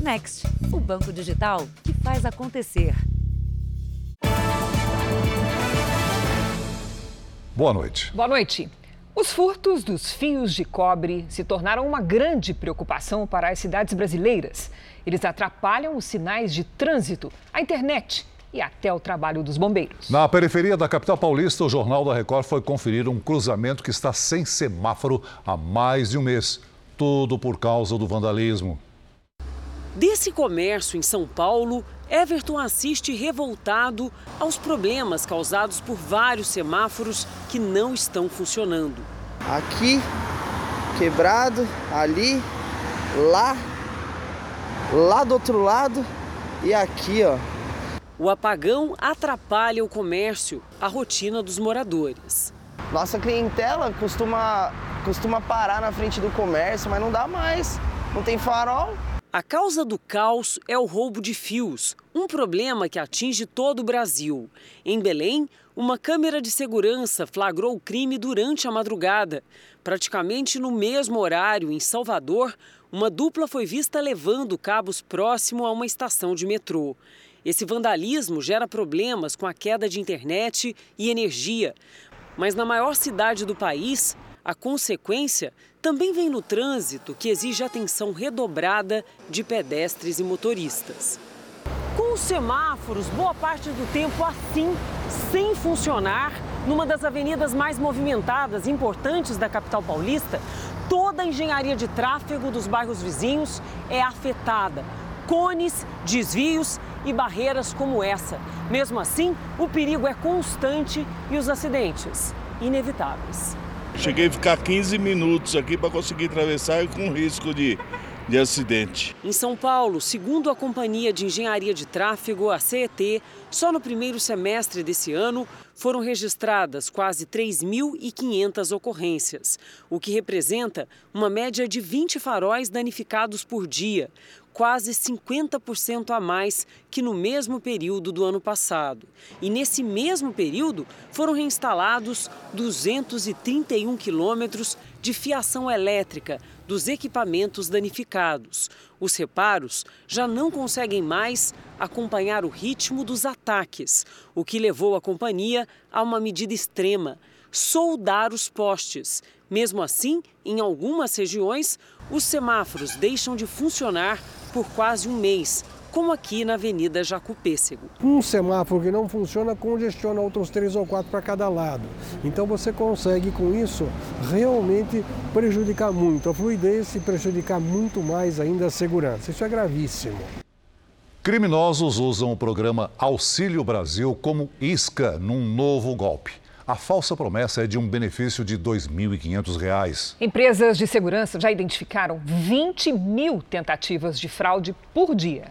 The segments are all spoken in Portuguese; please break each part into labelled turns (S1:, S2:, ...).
S1: Next, o banco digital que faz acontecer.
S2: Boa noite.
S3: Boa noite. Os furtos dos fios de cobre se tornaram uma grande preocupação para as cidades brasileiras. Eles atrapalham os sinais de trânsito, a internet e até o trabalho dos bombeiros.
S2: Na periferia da capital paulista, o Jornal da Record foi conferir um cruzamento que está sem semáforo há mais de um mês. Tudo por causa do vandalismo.
S4: Desse comércio em São Paulo, Everton assiste revoltado aos problemas causados por vários semáforos que não estão funcionando.
S5: Aqui, quebrado, ali, lá do outro lado e aqui, ó.
S4: O apagão atrapalha o comércio, a rotina dos moradores.
S5: Nossa clientela costuma parar na frente do comércio, mas não dá mais, não tem farol.
S4: A causa do caos é o roubo de fios, um problema que atinge todo o Brasil. Em Belém, uma câmera de segurança flagrou o crime durante a madrugada. Praticamente no mesmo horário, em Salvador, uma dupla foi vista levando cabos próximo a uma estação de metrô. Esse vandalismo gera problemas com a queda de internet e energia. Mas na maior cidade do país, a consequência também vem no trânsito, que exige atenção redobrada de pedestres e motoristas. Com os semáforos, boa parte do tempo assim, sem funcionar, numa das avenidas mais movimentadas e importantes da capital paulista, toda a engenharia de tráfego dos bairros vizinhos é afetada. Cones, desvios e barreiras como essa. Mesmo assim, o perigo é constante e os acidentes inevitáveis.
S6: Cheguei a ficar 15 minutos aqui para conseguir atravessar com risco de acidente.
S4: Em São Paulo, segundo a Companhia de Engenharia de Tráfego, a CET, só no primeiro semestre desse ano foram registradas quase 3.500 ocorrências, o que representa uma média de 20 faróis danificados por dia, quase 50% a mais que no mesmo período do ano passado. E nesse mesmo período foram reinstalados 231 quilômetros de fiação elétrica dos equipamentos danificados. Os reparos já não conseguem mais acompanhar o ritmo dos ataques, o que levou a companhia a uma medida extrema: soldar os postes. Mesmo assim, em algumas regiões, os semáforos deixam de funcionar por quase um mês, como aqui na Avenida Jacupêssego.
S7: Um semáforo que não funciona congestiona outros 3 ou 4 para cada lado. Então você consegue, com isso, realmente prejudicar muito a fluidez e prejudicar muito mais ainda a segurança. Isso é gravíssimo.
S2: Criminosos usam o programa Auxílio Brasil como isca num novo golpe. A falsa promessa é de um benefício de R$ 2.500.
S3: Empresas de segurança já identificaram 20 mil tentativas de fraude por dia.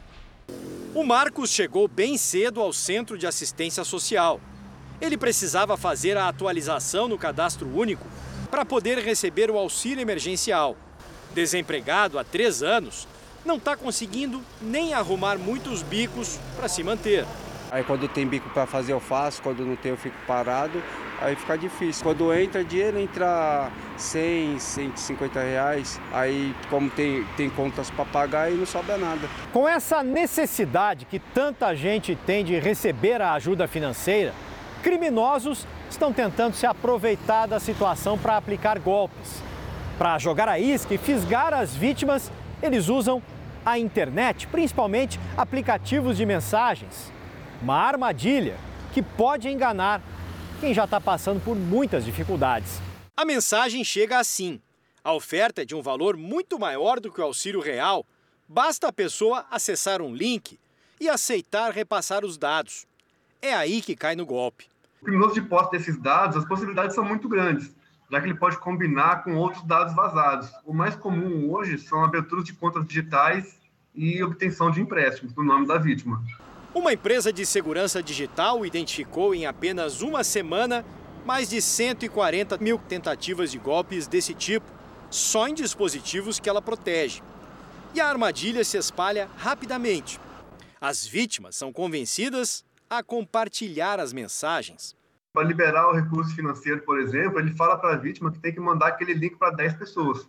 S8: O Marcos chegou bem cedo ao Centro de Assistência Social. Ele precisava fazer a atualização no Cadastro Único para poder receber o auxílio emergencial. Desempregado há 3 anos, não está conseguindo nem arrumar muitos bicos para se manter.
S9: Aí quando tem bico para fazer eu faço, quando não tem eu fico parado, aí fica difícil. Quando entra dinheiro, entra 100, 150 reais, aí como tem contas para pagar e não sobra nada.
S10: Com essa necessidade que tanta gente tem de receber a ajuda financeira, criminosos estão tentando se aproveitar da situação para aplicar golpes. Para jogar a isca e fisgar as vítimas, eles usam a internet, principalmente aplicativos de mensagens. Uma armadilha que pode enganar quem já está passando por muitas dificuldades.
S8: A mensagem chega assim: a oferta é de um valor muito maior do que o auxílio real. Basta a pessoa acessar um link e aceitar repassar os dados. É aí que cai no golpe.
S11: O criminoso de posse desses dados, as possibilidades são muito grandes, já que ele pode combinar com outros dados vazados. O mais comum hoje são aberturas de contas digitais e obtenção de empréstimos no nome da vítima.
S8: Uma empresa de segurança digital identificou em apenas uma semana mais de 140 mil tentativas de golpes desse tipo, só em dispositivos que ela protege. E a armadilha se espalha rapidamente. As vítimas são convencidas a compartilhar as mensagens.
S11: Para liberar o recurso financeiro, por exemplo, ele fala para a vítima que tem que mandar aquele link para 10 pessoas.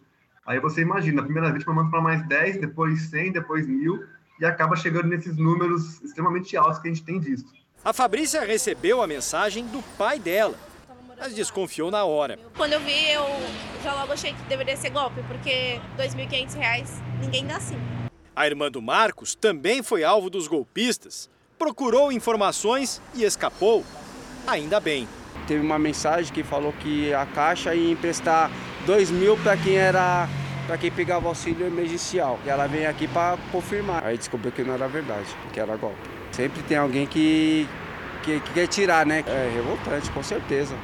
S11: Aí você imagina, a primeira vítima manda para mais 10, depois 100, depois 1.000, e acaba chegando nesses números extremamente altos que a gente tem visto.
S8: A Fabrícia recebeu a mensagem do pai dela, mas desconfiou na hora.
S12: Quando eu vi, eu já logo achei que deveria ser golpe, porque R$ 2.500 ninguém dá assim.
S8: A irmã do Marcos também foi alvo dos golpistas, procurou informações e escapou. Ainda bem.
S9: Teve uma mensagem que falou que a Caixa ia emprestar 2.000 para quem pegava auxílio emergencial. E ela veio aqui para confirmar. Aí descobriu que não era verdade, que era golpe. Sempre tem alguém que quer tirar, né? É revoltante, com certeza.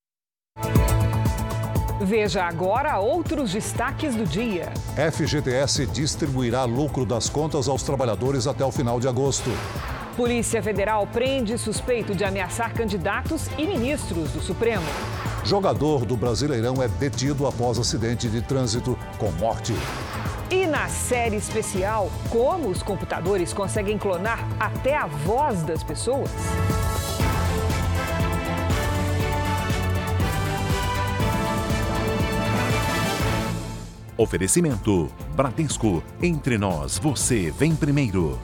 S3: Veja agora outros destaques do dia.
S2: FGTS distribuirá lucro das contas aos trabalhadores até o final de agosto.
S3: Polícia Federal prende suspeito de ameaçar candidatos e ministros do Supremo.
S2: Jogador do Brasileirão é detido após acidente de trânsito com morte.
S3: E na série especial, como os computadores conseguem clonar até a voz das pessoas?
S13: Oferecimento Bradesco. Entre nós, você vem primeiro.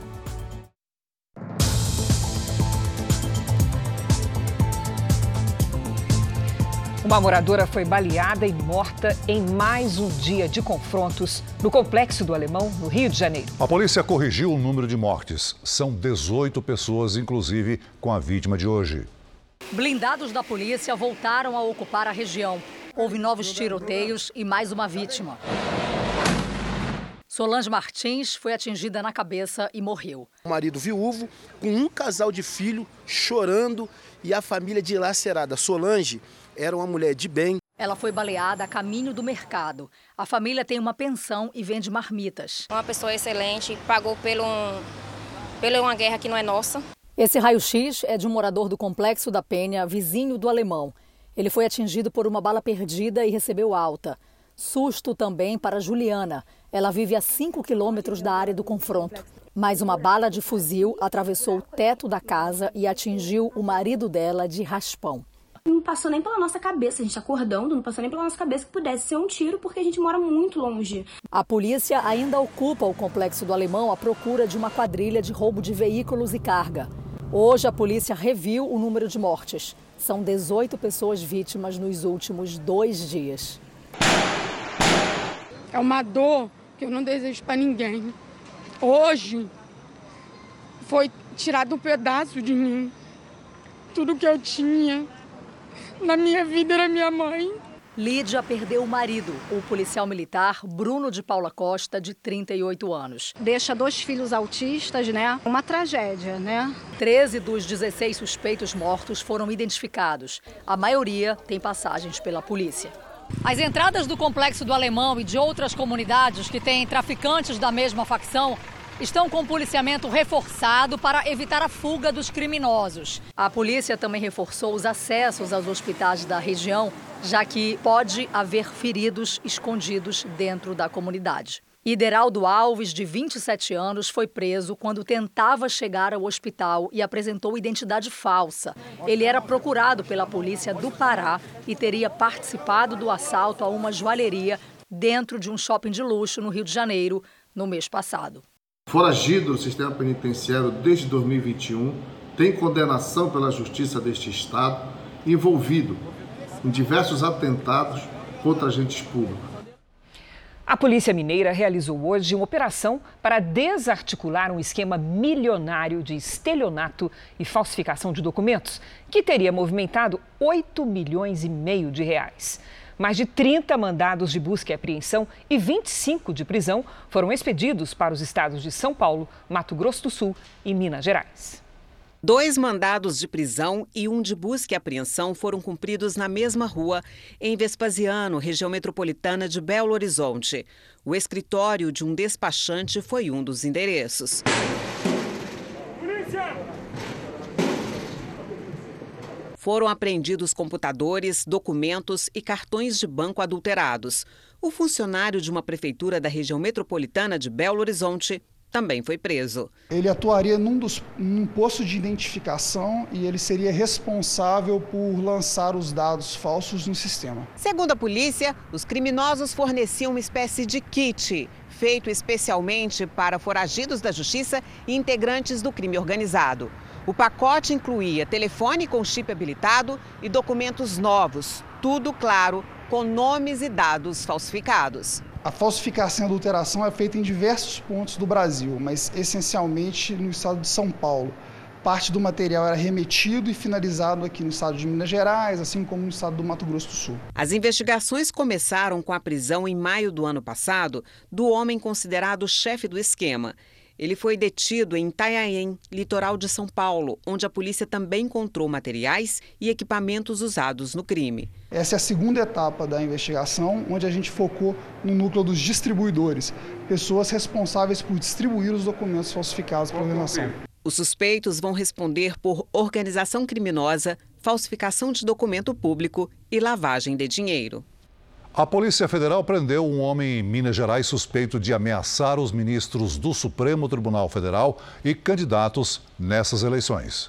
S3: Uma moradora foi baleada e morta em mais um dia de confrontos no Complexo do Alemão, no Rio de Janeiro.
S2: A polícia corrigiu o número de mortes. São 18 pessoas, inclusive com a vítima de hoje.
S14: Blindados da polícia voltaram a ocupar a região. Houve novos tiroteios e mais uma vítima. Solange Martins foi atingida na cabeça e morreu.
S15: O marido viúvo, com um casal de filho, chorando e a família dilacerada. Solange era uma mulher de bem.
S14: Ela foi baleada a caminho do mercado. A família tem uma pensão e vende marmitas.
S16: Uma pessoa excelente, pagou pela uma guerra que não é nossa.
S14: Esse raio-x é de um morador do Complexo da Penha, vizinho do Alemão. Ele foi atingido por uma bala perdida e recebeu alta. Susto também para Juliana. Ela vive a 5 quilômetros da área do confronto. Mais uma bala de fuzil atravessou o teto da casa e atingiu o marido dela de raspão.
S17: Não passou nem pela nossa cabeça, a gente acordando, não passou nem pela nossa cabeça que pudesse ser um tiro, porque a gente mora muito longe.
S14: A polícia ainda ocupa o Complexo do Alemão à procura de uma quadrilha de roubo de veículos e carga. Hoje a polícia reviu o número de mortes. São 18 pessoas vítimas nos últimos 2 dias.
S18: É uma dor que eu não desejo para ninguém. Hoje foi tirado um pedaço de mim. Tudo que eu tinha na minha vida era minha mãe.
S14: Lídia perdeu o marido, o policial militar Bruno de Paula Costa, de 38 anos.
S19: Deixa 2 filhos autistas, né? Uma tragédia, né?
S14: 13 dos 16 suspeitos mortos foram identificados. A maioria tem passagens pela polícia. As entradas do Complexo do Alemão e de outras comunidades que têm traficantes da mesma facção estão com policiamento reforçado para evitar a fuga dos criminosos. A polícia também reforçou os acessos aos hospitais da região, já que pode haver feridos escondidos dentro da comunidade. Ideraldo Alves, de 27 anos, foi preso quando tentava chegar ao hospital e apresentou identidade falsa. Ele era procurado pela polícia do Pará e teria participado do assalto a uma joalheria dentro de um shopping de luxo no Rio de Janeiro no mês passado.
S20: Foragido do sistema penitenciário desde 2021, tem condenação pela Justiça deste Estado, envolvido em diversos atentados contra agentes públicos.
S3: A Polícia Mineira realizou hoje uma operação para desarticular um esquema milionário de estelionato e falsificação de documentos, que teria movimentado 8,5 milhões de reais. Mais de 30 mandados de busca e apreensão e 25 de prisão foram expedidos para os estados de São Paulo, Mato Grosso do Sul e Minas Gerais.
S21: 2 mandados de prisão e 1 de busca e apreensão foram cumpridos na mesma rua, em Vespasiano, região metropolitana de Belo Horizonte. O escritório de um despachante foi um dos endereços. Polícia! Foram apreendidos computadores, documentos e cartões de banco adulterados. O funcionário de uma prefeitura da região metropolitana de Belo Horizonte também foi preso.
S1: Ele atuaria num posto de identificação e ele seria responsável por lançar os dados falsos no sistema.
S21: Segundo a polícia, os criminosos forneciam uma espécie de kit, feito especialmente para foragidos da justiça e integrantes do crime organizado. O pacote incluía telefone com chip habilitado e documentos novos, tudo, claro, com nomes e dados falsificados.
S1: A falsificação e adulteração é feita em diversos pontos do Brasil, mas essencialmente no estado de São Paulo. Parte do material era remetido e finalizado aqui no estado de Minas Gerais, assim como no estado do Mato Grosso do Sul.
S21: As investigações começaram com a prisão em maio do ano passado do homem considerado chefe do esquema. Ele foi detido em Itanhaém, litoral de São Paulo, onde a polícia também encontrou materiais e equipamentos usados no crime.
S1: Essa é a segunda etapa da investigação, onde a gente focou no núcleo dos distribuidores, pessoas responsáveis por distribuir os documentos falsificados pela organização.
S21: Os suspeitos vão responder por organização criminosa, falsificação de documento público e lavagem de dinheiro.
S2: A Polícia Federal prendeu um homem em Minas Gerais suspeito de ameaçar os ministros do Supremo Tribunal Federal e candidatos nessas eleições.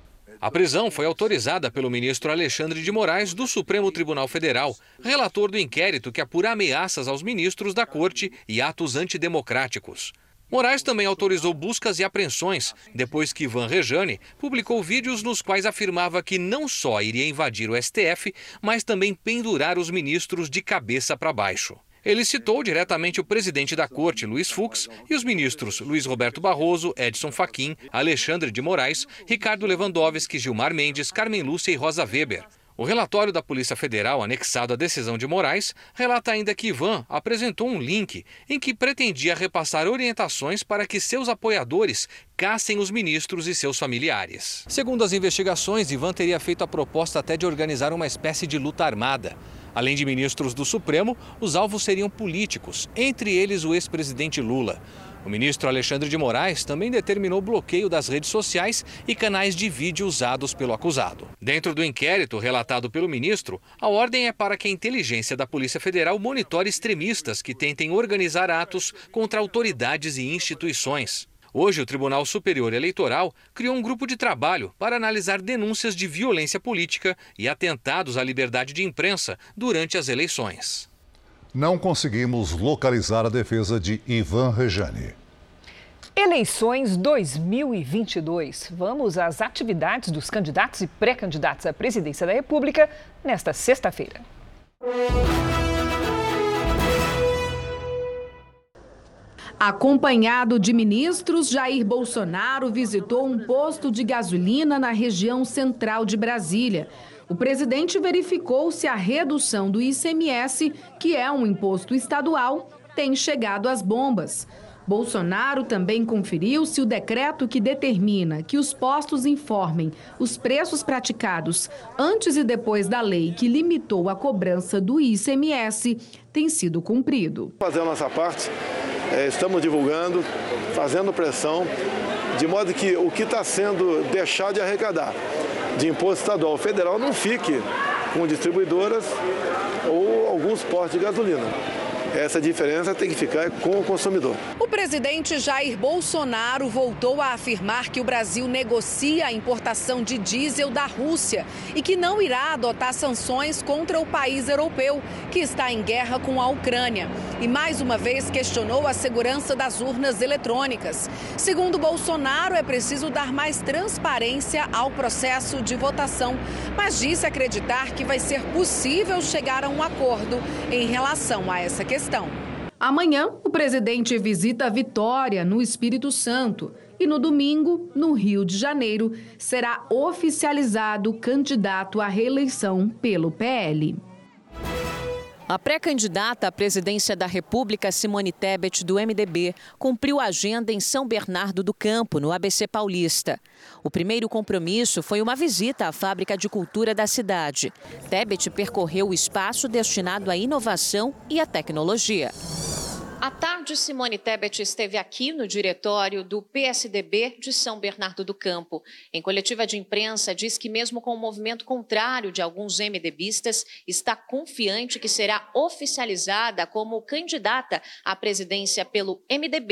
S22: A prisão foi autorizada pelo ministro Alexandre de Moraes do Supremo Tribunal Federal, relator do inquérito que apura ameaças aos ministros da Corte e atos antidemocráticos. Moraes também autorizou buscas e apreensões, depois que Ivan Rejane publicou vídeos nos quais afirmava que não só iria invadir o STF, mas também pendurar os ministros de cabeça para baixo. Ele citou diretamente o presidente da Corte, Luiz Fux, e os ministros Luiz Roberto Barroso, Edson Fachin, Alexandre de Moraes, Ricardo Lewandowski, Gilmar Mendes, Carmen Lúcia e Rosa Weber. O relatório da Polícia Federal, anexado à decisão de Moraes, relata ainda que Ivan apresentou um link em que pretendia repassar orientações para que seus apoiadores caçem os ministros e seus familiares. Segundo as investigações, Ivan teria feito a proposta até de organizar uma espécie de luta armada. Além de ministros do Supremo, os alvos seriam políticos, entre eles o ex-presidente Lula. O ministro Alexandre de Moraes também determinou o bloqueio das redes sociais e canais de vídeo usados pelo acusado. Dentro do inquérito relatado pelo ministro, a ordem é para que a inteligência da Polícia Federal monitore extremistas que tentem organizar atos contra autoridades e instituições. Hoje, o Tribunal Superior Eleitoral criou um grupo de trabalho para analisar denúncias de violência política e atentados à liberdade de imprensa durante as eleições.
S2: Não conseguimos localizar a defesa de Ivan Rejane.
S3: Eleições 2022. Vamos às atividades dos candidatos e pré-candidatos à presidência da República nesta sexta-feira.
S23: Acompanhado de ministros, Jair Bolsonaro visitou um posto de gasolina na região central de Brasília. O presidente verificou se a redução do ICMS, que é um imposto estadual, tem chegado às bombas. Bolsonaro também conferiu se o decreto que determina que os postos informem os preços praticados antes e depois da lei que limitou a cobrança do ICMS tem sido cumprido.
S24: Fazer a nossa parte, estamos divulgando, fazendo pressão, de modo que o que está sendo deixado de arrecadar de imposto estadual ou federal não fique com distribuidoras ou alguns postos de gasolina. Essa diferença tem que ficar com o consumidor.
S23: O presidente Jair Bolsonaro voltou a afirmar que o Brasil negocia a importação de diesel da Rússia e que não irá adotar sanções contra o país europeu, que está em guerra com a Ucrânia. E mais uma vez questionou a segurança das urnas eletrônicas. Segundo Bolsonaro, é preciso dar mais transparência ao processo de votação, mas disse acreditar que vai ser possível chegar a um acordo em relação a essa questão. Amanhã, o presidente visita Vitória, no Espírito Santo. E no domingo, no Rio de Janeiro, será oficializado candidato à reeleição pelo PL.
S25: A pré-candidata à presidência da República, Simone Tebet, do MDB, cumpriu a agenda em São Bernardo do Campo, no ABC Paulista. O primeiro compromisso foi uma visita à fábrica de cultura da cidade. Tebet percorreu o espaço destinado à inovação e à tecnologia. À tarde, Simone Tebet esteve aqui no diretório do PSDB de São Bernardo do Campo. Em coletiva de imprensa, diz que mesmo com o movimento contrário de alguns MDBistas, está confiante que será oficializada como candidata à presidência pelo MDB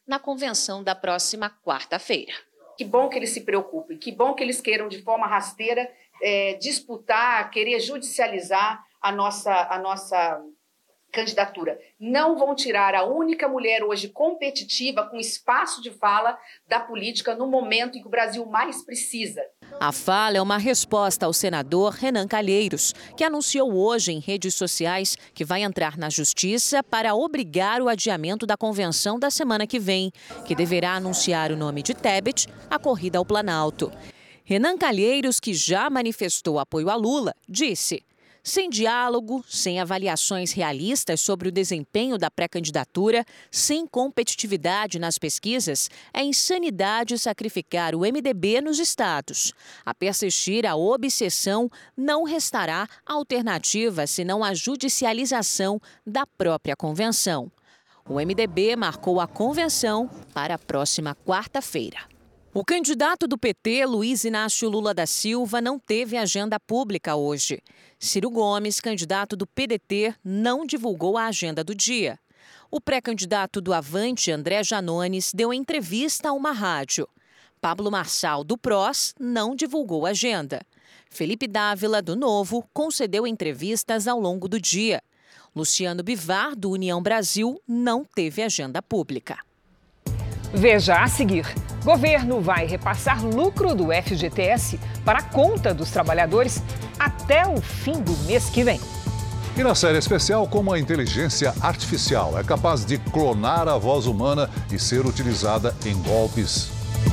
S25: na convenção da próxima quarta-feira.
S4: Que bom que eles se preocupem, que bom que eles queiram de forma rasteira disputar, querer judicializar a nossa candidatura. Não vão tirar a única mulher hoje competitiva, com espaço de fala da política no momento em que o Brasil mais precisa.
S25: A fala é uma resposta ao senador Renan Calheiros, que anunciou hoje em redes sociais que vai entrar na justiça para obrigar o adiamento da convenção da semana que vem, que deverá anunciar o nome de Tebet à corrida ao Planalto. Renan Calheiros, que já manifestou apoio a Lula, disse: sem diálogo, sem avaliações realistas sobre o desempenho da pré-candidatura, sem competitividade nas pesquisas, é insanidade sacrificar o MDB nos estados. A persistir a obsessão, não restará alternativa senão a judicialização da própria convenção. O MDB marcou a convenção para a próxima quarta-feira. O candidato do PT, Luiz Inácio Lula da Silva, não teve agenda pública hoje. Ciro Gomes, candidato do PDT, não divulgou a agenda do dia. O pré-candidato do Avante, André Janones, deu entrevista a uma rádio. Pablo Marçal, do PROS, não divulgou a agenda. Felipe Dávila, do Novo, concedeu entrevistas ao longo do dia. Luciano Bivar, do União Brasil, não teve agenda pública.
S3: Veja a seguir. Governo vai repassar lucro do FGTS para a conta dos trabalhadores até o fim do mês que vem.
S2: E na série especial, como a inteligência artificial é capaz de clonar a voz humana e ser utilizada em golpes.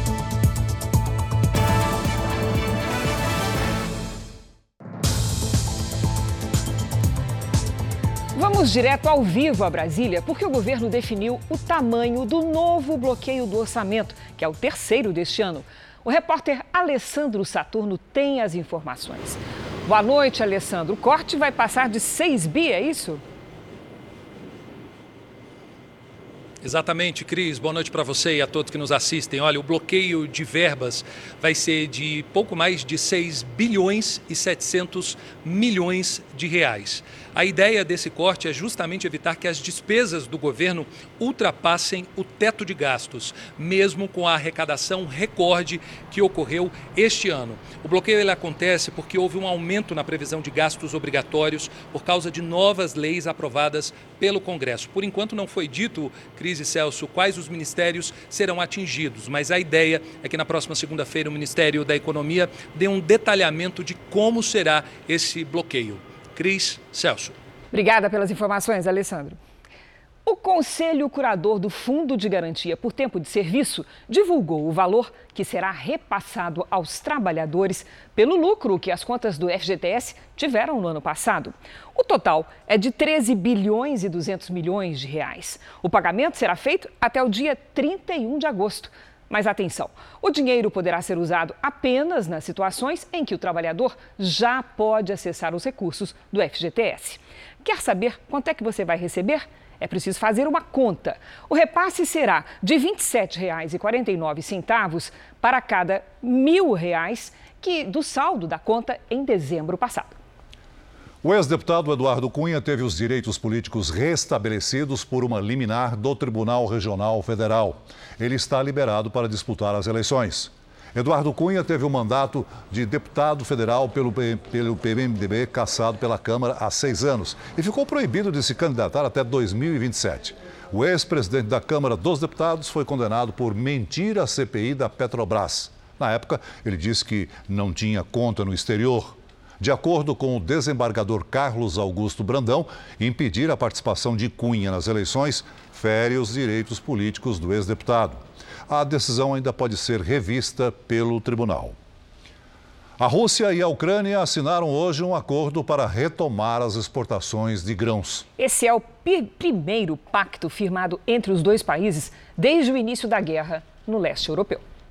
S3: Vamos direto ao vivo a Brasília, porque o governo definiu o tamanho do novo bloqueio do orçamento, que é o terceiro deste ano. O repórter Alessandro Saturno tem as informações. Boa noite, Alessandro. O corte vai passar de 6 bi, é isso?
S5: Exatamente, Cris. Boa noite para você e a todos que nos assistem. Olha, o bloqueio de verbas vai ser de pouco mais de 6 bilhões e 700 milhões de reais. A ideia desse corte é justamente evitar que as despesas do governo ultrapassem o teto de gastos, mesmo com a arrecadação recorde que ocorreu este ano. O bloqueio ele acontece porque houve um aumento na previsão de gastos obrigatórios por causa de novas leis aprovadas pelo Congresso. Por enquanto não foi dito, Cris e Celso, quais os ministérios serão atingidos, mas a ideia é que na próxima segunda-feira o Ministério da Economia dê um detalhamento de como será esse bloqueio. Cris, Celso.
S3: Obrigada pelas informações, Alessandro. O Conselho Curador do Fundo de Garantia por Tempo de Serviço divulgou o valor que será repassado aos trabalhadores pelo lucro que as contas do FGTS tiveram no ano passado. O total é de 13 bilhões e 200 milhões de reais. O pagamento será feito até o dia 31 de agosto. Mas atenção, o dinheiro poderá ser usado apenas nas situações em que o trabalhador já pode acessar os recursos do FGTS. Quer saber quanto é que você vai receber? É preciso fazer uma conta. O repasse será de R$ 27,49 para cada R$ 1.000 do saldo da conta em dezembro passado.
S2: O ex-deputado Eduardo Cunha teve os direitos políticos restabelecidos por uma liminar do Tribunal Regional Federal. Ele está liberado para disputar as eleições. Eduardo Cunha teve o mandato de deputado federal pelo PMDB cassado pela Câmara há 6 anos e ficou proibido de se candidatar até 2027. O ex-presidente da Câmara dos Deputados foi condenado por mentir à CPI da Petrobras. Na época, ele disse que não tinha conta no exterior. De acordo com o desembargador Carlos Augusto Brandão, impedir a participação de Cunha nas eleições fere os direitos políticos do ex-deputado. A decisão ainda pode ser revista pelo tribunal. A Rússia e a Ucrânia assinaram hoje um acordo para retomar as exportações de grãos.
S3: Esse é o primeiro pacto firmado entre os dois países desde o início da guerra no leste europeu.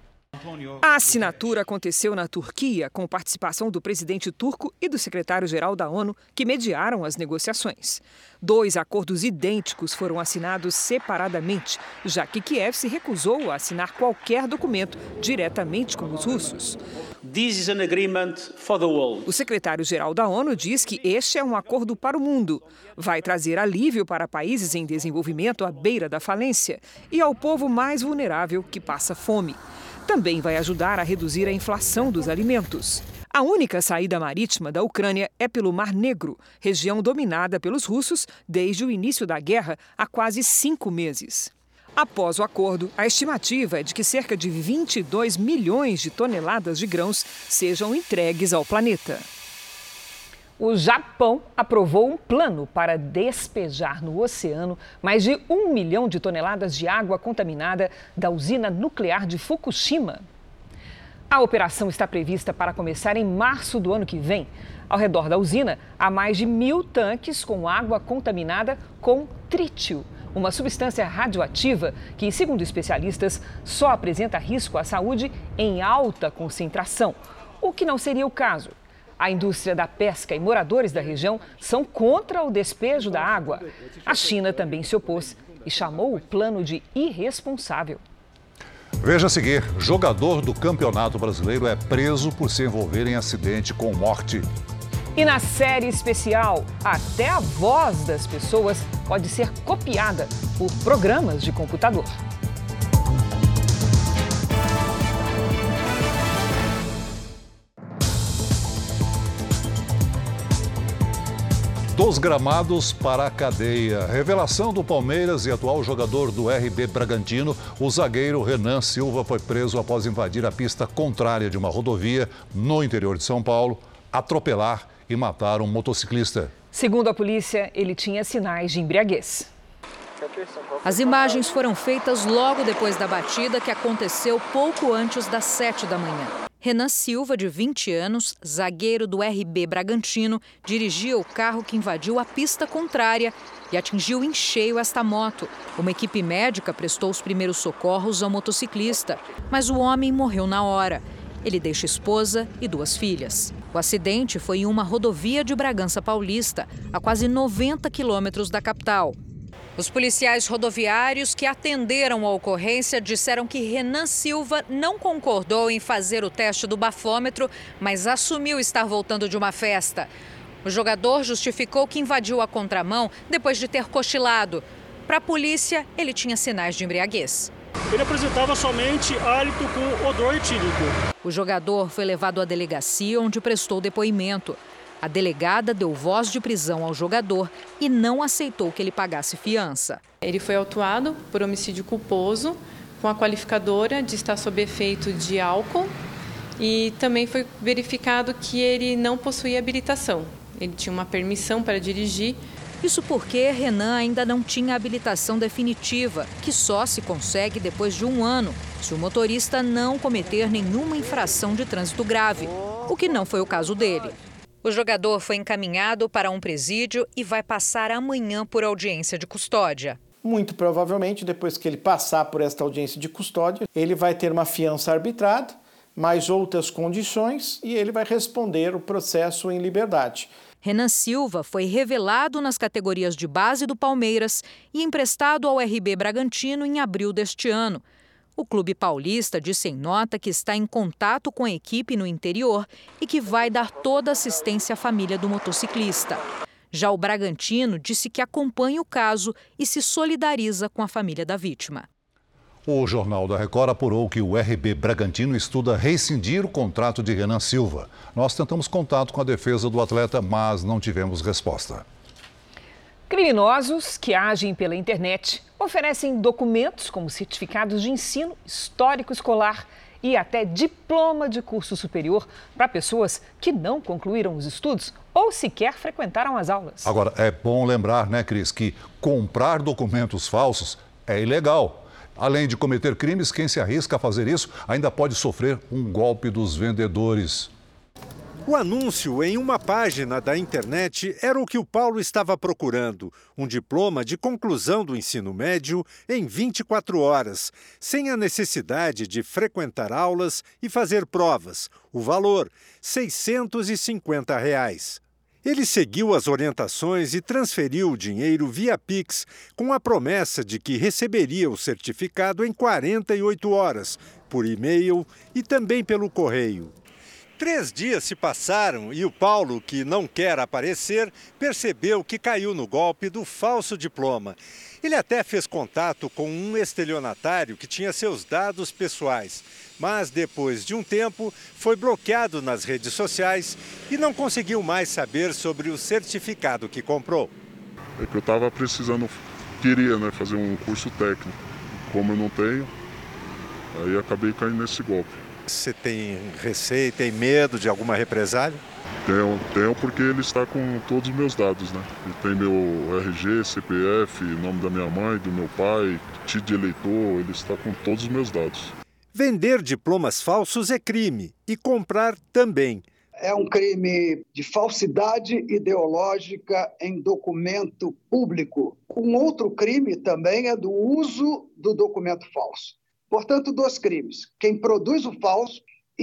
S3: A assinatura aconteceu na Turquia, com participação do presidente turco e do secretário-geral da ONU, que mediaram as negociações. 2 acordos idênticos foram assinados separadamente, já que Kiev se recusou a assinar qualquer documento diretamente com os russos.
S6: This is an agreement for the world.
S3: O secretário-geral da ONU diz que este é um acordo para o mundo. Vai trazer alívio para países em desenvolvimento à beira da falência e ao povo mais vulnerável que passa fome. Também vai ajudar a reduzir a inflação dos alimentos. A única saída marítima da Ucrânia é pelo Mar Negro, região dominada pelos russos desde o início da guerra há quase 5 meses. Após o acordo, a estimativa é de que cerca de 22 milhões de toneladas de grãos sejam entregues ao planeta. O Japão aprovou um plano para despejar no oceano mais de 1 milhão de toneladas de água contaminada da usina nuclear de Fukushima. A operação está prevista para começar em março do ano que vem. Ao redor da usina, há mais de 1.000 tanques com água contaminada com trítio, uma substância radioativa que, segundo especialistas, só apresenta risco à saúde em alta concentração, o que não seria o caso. A indústria da pesca e moradores da região são contra o despejo da água. A China também se opôs e chamou o plano de irresponsável.
S2: Veja a seguir, jogador do Campeonato Brasileiro é preso por se envolver em acidente com morte.
S3: E na série especial, até a voz das pessoas pode ser copiada por programas de computador.
S2: Dos gramados para a cadeia. Revelação do Palmeiras e atual jogador do RB Bragantino, o zagueiro Renan Silva foi preso após invadir a pista contrária de uma rodovia no interior de São Paulo, atropelar e matar um motociclista.
S3: Segundo a polícia, ele tinha sinais de embriaguez.
S14: As imagens foram feitas logo depois da batida que aconteceu pouco antes das 7 da manhã. Renan Silva, de 20 anos, zagueiro do RB Bragantino, dirigia o carro que invadiu a pista contrária e atingiu em cheio esta moto. Uma equipe médica prestou os primeiros socorros ao motociclista, mas o homem morreu na hora. Ele deixa esposa e 2 filhas. O acidente foi em uma rodovia de Bragança Paulista, a quase 90 quilômetros da capital. Os policiais rodoviários que atenderam a ocorrência disseram que Renan Silva não concordou em fazer o teste do bafômetro, mas assumiu estar voltando de uma festa. O jogador justificou que invadiu a contramão depois de ter cochilado. Para a polícia, ele tinha sinais de embriaguez.
S6: Ele apresentava somente hálito com odor etílico.
S14: O jogador foi levado à delegacia, onde prestou depoimento. A delegada deu voz de prisão ao jogador e não aceitou que ele pagasse fiança.
S7: Ele foi autuado por homicídio culposo, com a qualificadora de estar sob efeito de álcool, e também foi verificado que ele não possuía habilitação. Ele tinha uma permissão para dirigir.
S14: Isso porque Renan ainda não tinha habilitação definitiva, que só se consegue depois de 1 ano, se o motorista não cometer nenhuma infração de trânsito grave, o que não foi o caso dele. O jogador foi encaminhado para um presídio e vai passar amanhã por audiência de custódia.
S10: Muito provavelmente, depois que ele passar por esta audiência de custódia, ele vai ter uma fiança arbitrada, mais outras condições, e ele vai responder o processo em liberdade.
S14: Renan Silva foi revelado nas categorias de base do Palmeiras e emprestado ao RB Bragantino em abril deste ano. O clube paulista disse em nota que está em contato com a equipe no interior e que vai dar toda assistência à família do motociclista. Já o Bragantino disse que acompanha o caso e se solidariza com a família da vítima.
S2: O Jornal da Record apurou que o RB Bragantino estuda rescindir o contrato de Renan Silva. Nós tentamos contato com a defesa do atleta, mas não tivemos resposta.
S3: Criminosos que agem pela internet oferecem documentos como certificados de ensino, histórico escolar e até diploma de curso superior para pessoas que não concluíram os estudos ou sequer frequentaram as aulas.
S2: Agora, é bom lembrar, né, Cris, que comprar documentos falsos é ilegal. Além de cometer crimes, quem se arrisca a fazer isso ainda pode sofrer um golpe dos vendedores.
S8: O anúncio em uma página da internet era o que o Paulo estava procurando, um diploma de conclusão do ensino médio em 24 horas, sem a necessidade de frequentar aulas e fazer provas. O valor, R$ 650. Ele seguiu as orientações e transferiu o dinheiro via Pix, com a promessa de que receberia o certificado em 48 horas, por e-mail e também pelo correio. 3 dias se passaram e o Paulo, que não quer aparecer, percebeu que caiu no golpe do falso diploma. Ele até fez contato com um estelionatário que tinha seus dados pessoais, mas depois de um tempo foi bloqueado nas redes sociais e não conseguiu mais saber sobre o certificado que comprou.
S9: É que eu estava precisando, queria fazer um curso técnico. Como eu não tenho, aí acabei caindo nesse golpe.
S8: Você tem receio, tem medo de alguma represália?
S9: Tenho porque ele está com todos os meus dados, né? Ele tem meu RG, CPF, nome da minha mãe, do meu pai, título de eleitor, ele está com todos os meus dados.
S8: Vender diplomas falsos é crime e comprar também.
S11: É um crime de falsidade ideológica em documento público. Um outro crime também é do uso do documento falso. Portanto, 2 crimes: quem produz o falso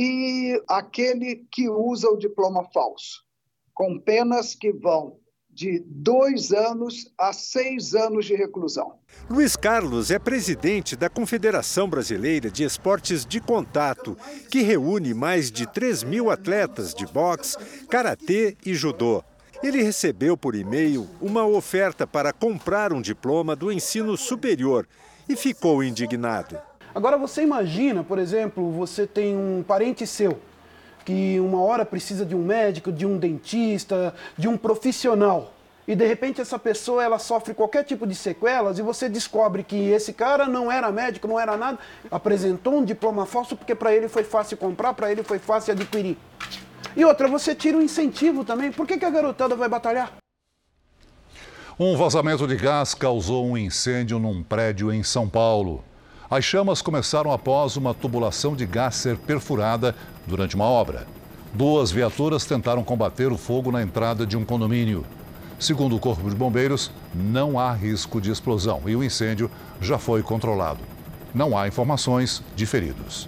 S11: e aquele que usa o diploma falso, com penas que vão de 2 anos a 6 anos de reclusão.
S8: Luiz Carlos é presidente da Confederação Brasileira de Esportes de Contato, que reúne mais de 3.000 atletas de boxe, karatê e judô. Ele recebeu por e-mail uma oferta para comprar um diploma do ensino superior e ficou indignado.
S12: Agora você imagina, por exemplo, você tem um parente seu que uma hora precisa de um médico, de um dentista, de um profissional. E de repente essa pessoa ela sofre qualquer tipo de sequelas e você descobre que esse cara não era médico, não era nada, apresentou um diploma falso porque para ele foi fácil comprar, para ele foi fácil adquirir. E outra, você tira o incentivo também. Por que a garotada vai batalhar?
S2: Um vazamento de gás causou um incêndio num prédio em São Paulo. As chamas começaram após uma tubulação de gás ser perfurada durante uma obra. 2 viaturas tentaram combater o fogo na entrada de um condomínio. Segundo o Corpo de Bombeiros, não há risco de explosão e o incêndio já foi controlado. Não há informações de feridos.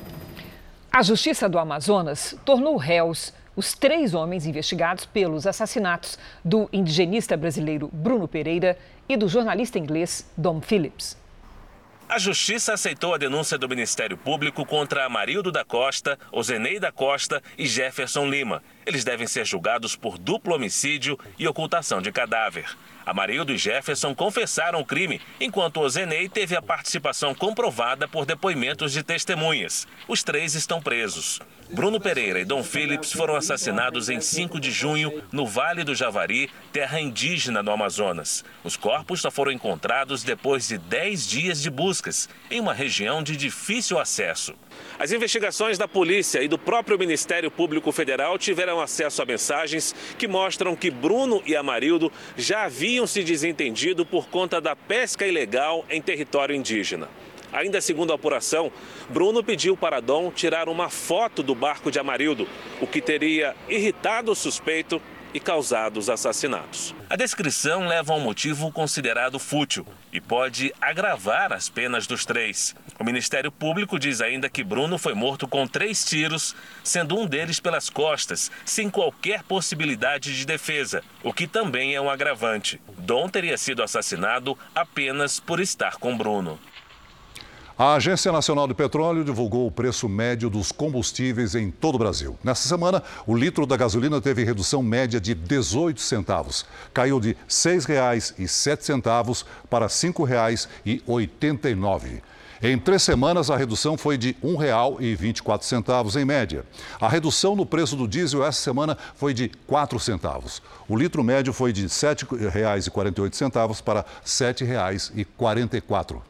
S3: A Justiça do Amazonas tornou réus os 3 homens investigados pelos assassinatos do indigenista brasileiro Bruno Pereira e do jornalista inglês Dom Phillips.
S13: A Justiça aceitou a denúncia do Ministério Público contra Amarildo da Costa, Ozenei da Costa e Jefferson Lima. Eles devem ser julgados por duplo homicídio e ocultação de cadáver. Amarildo e Jefferson confessaram o crime, enquanto Ozenei teve a participação comprovada por depoimentos de testemunhas. Os 3 estão presos. Bruno Pereira e Dom Phillips foram assassinados em 5 de junho no Vale do Javari, terra indígena do Amazonas. Os corpos só foram encontrados depois de 10 dias de buscas, em uma região de difícil acesso. As investigações da polícia e do próprio Ministério Público Federal tiveram acesso a mensagens que mostram que Bruno e Amarildo já haviam se desentendido por conta da pesca ilegal em território indígena. Ainda segundo a apuração, Bruno pediu para Dom tirar uma foto do barco de Amarildo, o que teria irritado o suspeito e causado os assassinatos. A descrição leva a um motivo considerado fútil e pode agravar as penas dos 3. O Ministério Público diz ainda que Bruno foi morto com 3 tiros, sendo um deles pelas costas, sem qualquer possibilidade de defesa, o que também é um agravante. Dom teria sido assassinado apenas por estar com Bruno.
S2: A Agência Nacional do Petróleo divulgou o preço médio dos combustíveis em todo o Brasil. Nesta semana, o litro da gasolina teve redução média de 18 centavos. Caiu de R$ 6,07 para R$ 5,89. Em 3 semanas, a redução foi de R$ 1,24 em média. A redução no preço do diesel essa semana foi de 4 centavos. O litro médio foi de R$ 7,48 para R$ 7,44.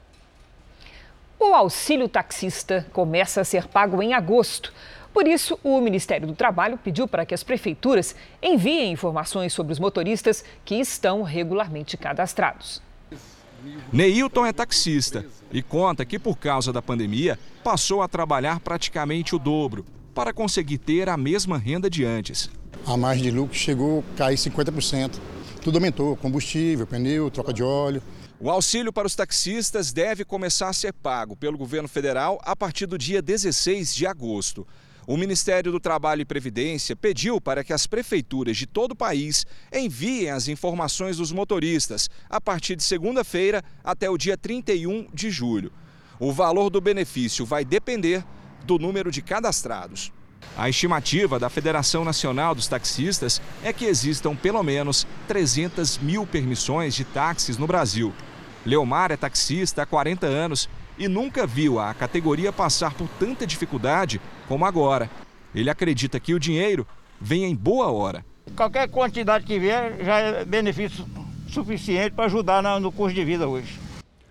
S3: O auxílio taxista começa a ser pago em agosto. Por isso, o Ministério do Trabalho pediu para que as prefeituras enviem informações sobre os motoristas que estão regularmente cadastrados.
S26: Neilton é taxista e conta que, por causa da pandemia, passou a trabalhar praticamente o dobro. para conseguir ter a mesma renda de antes.
S15: A margem de lucro chegou a cair 50%. Tudo aumentou, combustível, pneu, troca de óleo.
S26: O auxílio para os taxistas deve começar a ser pago pelo governo federal a partir do dia 16 de agosto. O Ministério do Trabalho e Previdência pediu para que as prefeituras de todo o país enviem as informações dos motoristas a partir de segunda-feira até o dia 31 de julho. O valor do benefício vai depender do número de cadastrados. A estimativa da Federação Nacional dos Taxistas é que existam pelo menos 300 mil permissões de táxis no Brasil. Leomar é taxista há 40 anos e nunca viu a categoria passar por tanta dificuldade como agora. Ele acredita que o dinheiro vem em boa hora.
S16: Qualquer quantidade que vier já é benefício suficiente para ajudar no custo de vida hoje.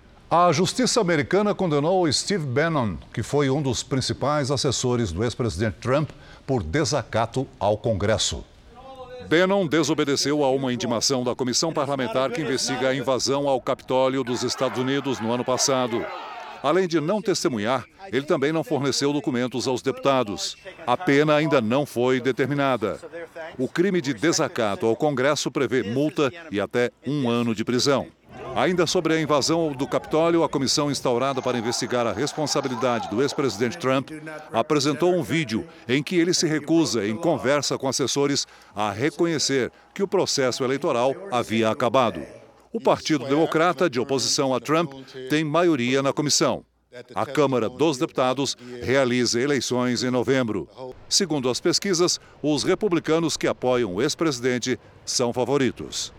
S2: A justiça americana condenou Steve Bannon, que foi um dos principais assessores do ex-presidente Trump, por desacato ao Congresso. Bannon desobedeceu a uma intimação da comissão parlamentar que investiga a invasão ao Capitólio dos Estados Unidos no ano passado. Além de não testemunhar, ele também não forneceu documentos aos deputados. A pena ainda não foi determinada. O crime de desacato ao Congresso prevê multa e até 1 ano de prisão. Ainda sobre a invasão do Capitólio, a comissão instaurada para investigar a responsabilidade do ex-presidente Trump apresentou um vídeo em que ele se recusa, em conversa com assessores, a reconhecer que o processo eleitoral havia acabado. O Partido Democrata, de oposição a Trump, tem maioria na comissão. A Câmara dos Deputados realiza eleições em novembro. Segundo as pesquisas, os republicanos que apoiam o ex-presidente são favoritos.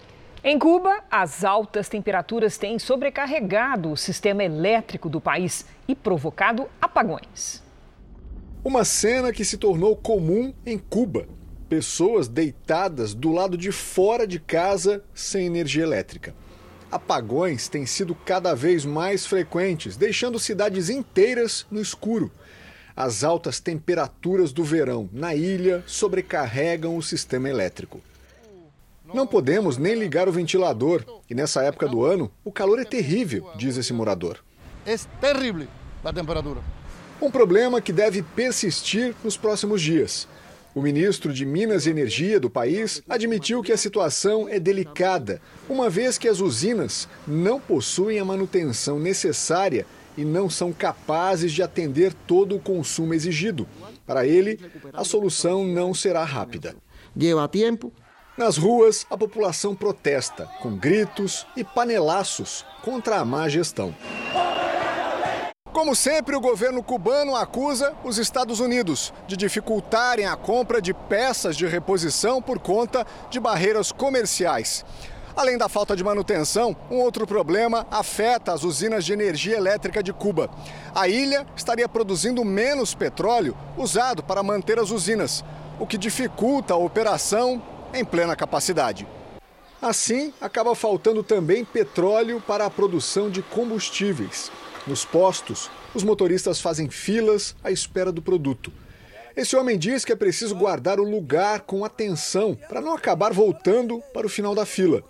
S3: Em Cuba, as altas temperaturas têm sobrecarregado o sistema elétrico do país e provocado apagões.
S17: Uma cena que se tornou comum em Cuba. Pessoas deitadas do lado de fora de casa sem energia elétrica. Apagões têm sido cada vez mais frequentes, deixando cidades inteiras no escuro. As altas temperaturas do verão na ilha sobrecarregam o sistema elétrico. Não podemos nem ligar o ventilador e nessa época do ano o calor é terrível, diz esse morador.
S15: É terrível a temperatura.
S17: Um problema que deve persistir nos próximos dias. O ministro de Minas e Energia do país admitiu que a situação é delicada, uma vez que as usinas não possuem a manutenção necessária e não são capazes de atender todo o consumo exigido. Para ele, a solução não será rápida.
S15: Leva tempo.
S17: Nas ruas, a população protesta, com gritos e panelaços contra a má gestão. Como sempre, o governo cubano acusa os Estados Unidos de dificultarem a compra de peças de reposição por conta de barreiras comerciais. Além da falta de manutenção, um outro problema afeta as usinas de energia elétrica de Cuba. A ilha estaria produzindo menos petróleo usado para manter as usinas, o que dificulta a operação em plena capacidade. Assim, acaba faltando também petróleo para a produção de combustíveis. Nos postos, os motoristas fazem filas à espera do produto. Esse homem diz que é preciso guardar o lugar com atenção para não acabar voltando para o final da fila.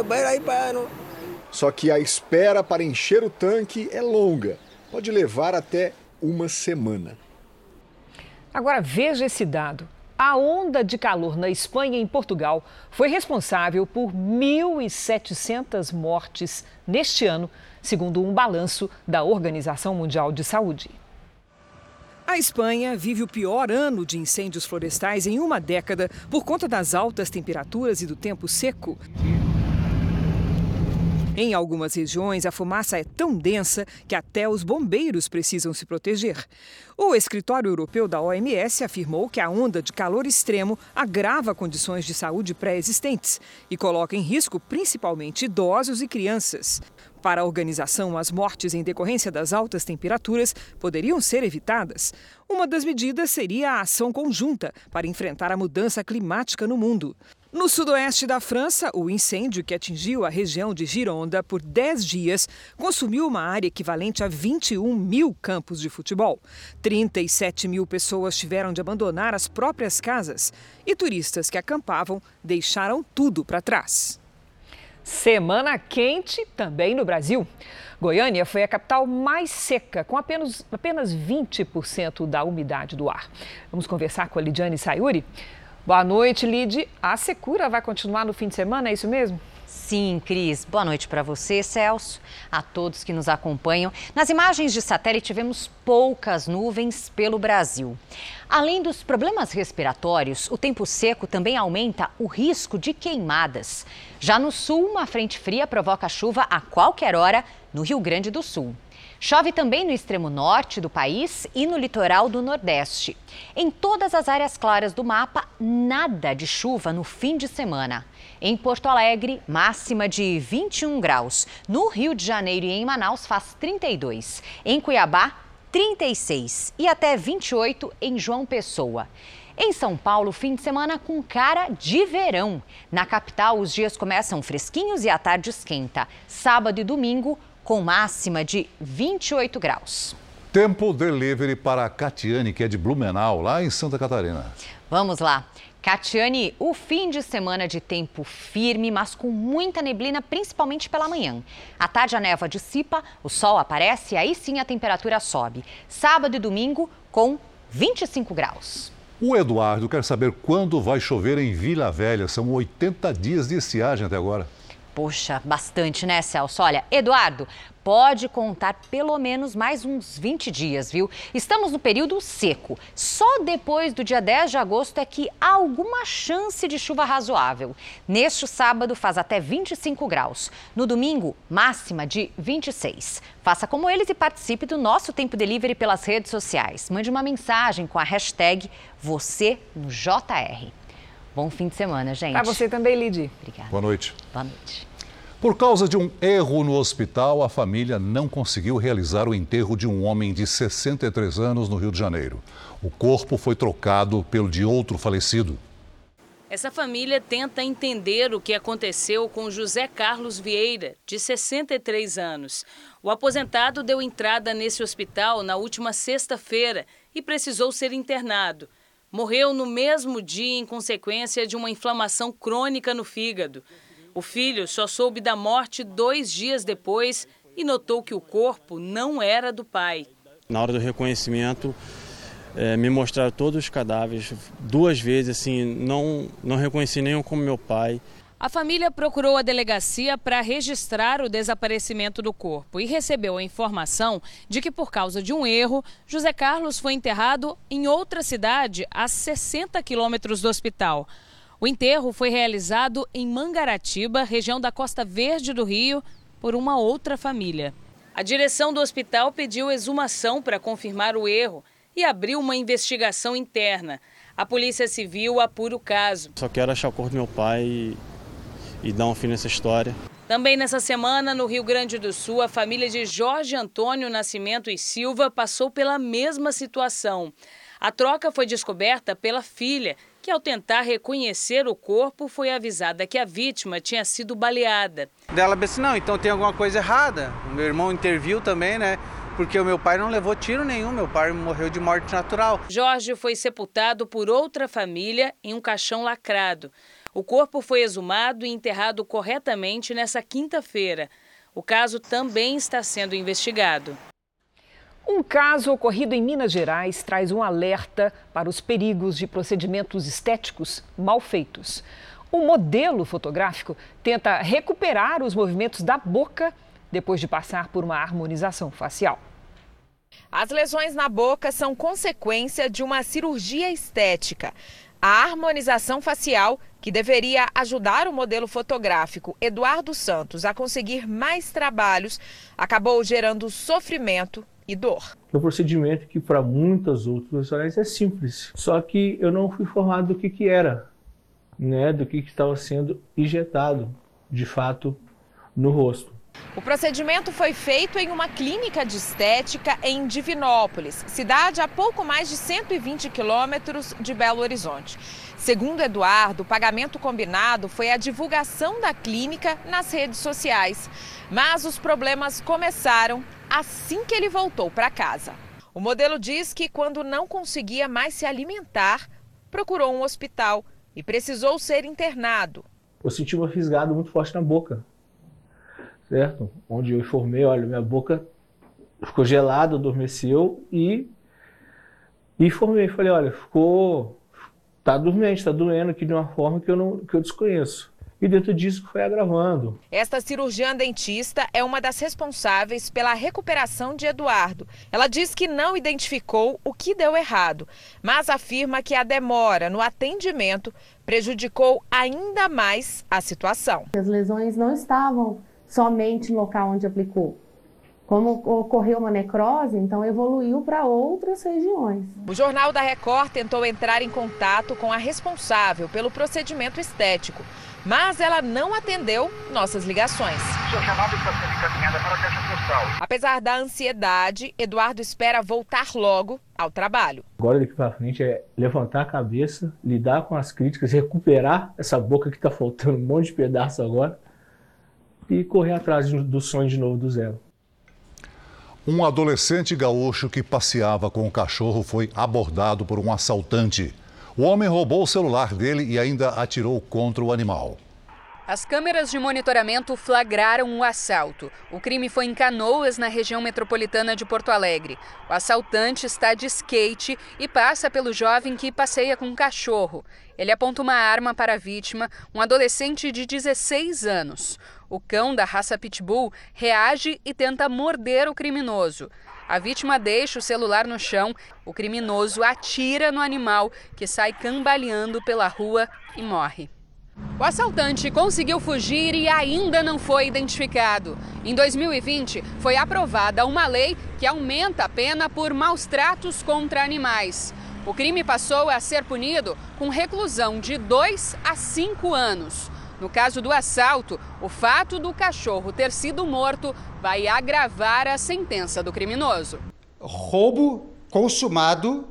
S17: Só que a espera para encher o tanque é longa. Pode levar até 1 semana.
S3: Agora veja esse dado. A onda de calor na Espanha e em Portugal foi responsável por 1.700 mortes neste ano, segundo um balanço da Organização Mundial de Saúde. A Espanha vive o pior ano de incêndios florestais em uma década por conta das altas temperaturas e do tempo seco. Em algumas regiões, a fumaça é tão densa que até os bombeiros precisam se proteger. O Escritório Europeu da OMS afirmou que a onda de calor extremo agrava condições de saúde pré-existentes e coloca em risco principalmente idosos e crianças. Para a organização, as mortes em decorrência das altas temperaturas poderiam ser evitadas. Uma das medidas seria a ação conjunta para enfrentar a mudança climática no mundo. No sudoeste da França, o incêndio que atingiu a região de Gironda por 10 dias consumiu uma área equivalente a 21 mil campos de futebol. 37 mil pessoas tiveram de abandonar as próprias casas e turistas que acampavam deixaram tudo para trás. Semana quente também no Brasil. Goiânia foi a capital mais seca, com apenas 20% da umidade do ar. Vamos conversar com a Lidiane Sayuri. Boa noite, Lid. A secura vai continuar no fim de semana, é isso mesmo?
S1: Sim, Cris. Boa noite para você, Celso, a todos que nos acompanham. Nas imagens de satélite, vemos poucas nuvens pelo Brasil. Além dos problemas respiratórios, o tempo seco também aumenta o risco de queimadas. Já no sul, uma frente fria provoca chuva a qualquer hora no Rio Grande do Sul. Chove também no extremo norte do país e no litoral do Nordeste. Em todas as áreas claras do mapa, nada de chuva no fim de semana. Em Porto Alegre, máxima de 21 graus. No Rio de Janeiro e em Manaus faz 32. Em Cuiabá, 36 e até 28 em João Pessoa. Em São Paulo, fim de semana com cara de verão. Na capital, os dias começam fresquinhos e a tarde esquenta. Sábado e domingo, com máxima de 28 graus.
S2: Tempo delivery para a Catiane, que é de Blumenau, lá em Santa Catarina.
S1: Vamos lá. Catiane, o fim de semana de tempo firme, mas com muita neblina, principalmente pela manhã. À tarde a névoa dissipa, o sol aparece e aí sim a temperatura sobe. Sábado e domingo com 25 graus.
S2: O Eduardo quer saber quando vai chover em Vila Velha. São 80 dias de estiagem até agora.
S1: Poxa, bastante, né, Celso? Olha, Eduardo, pode contar pelo menos mais uns 20 dias, viu? Estamos no período seco. Só depois do dia 10 de agosto é que há alguma chance de chuva razoável. Neste sábado faz até 25 graus. No domingo, máxima de 26. Faça como eles e participe do nosso Tempo Delivery pelas redes sociais. Mande uma mensagem com a hashtag #VocêNoJR. Bom fim de semana, gente.
S3: Para você também, Lidy.
S1: Obrigada.
S2: Boa noite.
S1: Boa noite.
S2: Por causa de um erro no hospital, a família não conseguiu realizar o enterro de um homem de 63 anos no Rio de Janeiro. O corpo foi trocado pelo de outro falecido.
S18: Essa família tenta entender o que aconteceu com José Carlos Vieira, de 63 anos. O aposentado deu entrada nesse hospital na última sexta-feira e precisou ser internado. Morreu no mesmo dia em consequência de uma inflamação crônica no fígado. O filho só soube da morte 2 dias depois e notou que o corpo não era do pai.
S6: Na hora do reconhecimento, me mostraram todos os cadáveres 2 vezes, assim, não reconheci nenhum como meu pai.
S18: A família procurou a delegacia para registrar o desaparecimento do corpo e recebeu a informação de que, por causa de um erro, José Carlos foi enterrado em outra cidade, a 60 quilômetros do hospital. O enterro foi realizado em Mangaratiba, região da Costa Verde do Rio, por uma outra família. A direção do hospital pediu exumação para confirmar o erro e abriu uma investigação interna. A Polícia Civil apura o caso.
S6: Só quero achar o corpo do meu pai e dar um fim nessa história.
S18: Também nessa semana, no Rio Grande do Sul, a família de Jorge Antônio Nascimento e Silva passou pela mesma situação. A troca foi descoberta pela filha, que ao tentar reconhecer o corpo, foi avisada que a vítima tinha sido baleada.
S19: Ela disse, não, então tem alguma coisa errada. O meu irmão interviu também, né? Porque o meu pai não levou tiro nenhum, meu pai morreu de morte natural.
S18: Jorge foi sepultado por outra família em um caixão lacrado. O corpo foi exumado e enterrado corretamente nessa quinta-feira. O caso também está sendo investigado.
S3: Um caso ocorrido em Minas Gerais traz um alerta para os perigos de procedimentos estéticos mal feitos. O modelo fotográfico tenta recuperar os movimentos da boca depois de passar por uma harmonização facial.
S20: As lesões na boca são consequência de uma cirurgia estética. A harmonização facial, que deveria ajudar o modelo fotográfico Eduardo Santos a conseguir mais trabalhos, acabou gerando sofrimento e dor.
S21: É um procedimento que para muitas outras profissionais é simples, só que eu não fui informado do que era, né, do que estava sendo injetado de fato no rosto.
S20: O procedimento foi feito em uma clínica de estética em Divinópolis, cidade a pouco mais de 120 quilômetros de Belo Horizonte. Segundo Eduardo, o pagamento combinado foi a divulgação da clínica nas redes sociais. Mas os problemas começaram assim que ele voltou para casa. O modelo diz que quando não conseguia mais se alimentar, procurou um hospital e precisou ser internado.
S21: Eu senti uma fisgada muito forte na boca. certo? Onde eu informei, olha, minha boca ficou gelada, adormeceu e informei, falei, olha, tá dormente, tá doendo aqui de uma forma que eu desconheço. E dentro disso foi agravando.
S20: Esta cirurgiã dentista é uma das responsáveis pela recuperação de Eduardo. Ela diz que não identificou o que deu errado, mas afirma que a demora no atendimento prejudicou ainda mais a situação.
S4: As lesões não estavam somente no local onde aplicou. Como ocorreu uma necrose, então evoluiu para outras regiões.
S20: O Jornal da Record tentou entrar em contato com a responsável pelo procedimento estético, mas ela não atendeu nossas ligações.
S5: Sua chamada está sendo encaminhada para a caixa postal.
S20: Apesar da ansiedade, Eduardo espera voltar logo ao trabalho.
S21: Agora daqui para frente é levantar a cabeça, lidar com as críticas, recuperar essa boca que está faltando um monte de pedaço agora e correr atrás do sonho de novo do zero.
S2: Um adolescente gaúcho que passeava com o cachorro foi abordado por um assaltante. O homem roubou o celular dele e ainda atirou contra o animal.
S22: As câmeras de monitoramento flagraram o assalto. O crime foi em Canoas, na região metropolitana de Porto Alegre. O assaltante está de skate e passa pelo jovem que passeia com um cachorro. Ele aponta uma arma para a vítima, um adolescente de 16 anos. O cão da raça Pitbull reage e tenta morder o criminoso. A vítima deixa o celular no chão. O criminoso atira no animal, que sai cambaleando pela rua e morre. O assaltante conseguiu fugir e ainda não foi identificado. Em 2020, foi aprovada uma lei que aumenta a pena por maus tratos contra animais. O crime passou a ser punido com reclusão de 2 a 5 anos. No caso do assalto, o fato do cachorro ter sido morto vai agravar a sentença do criminoso.
S23: Roubo consumado,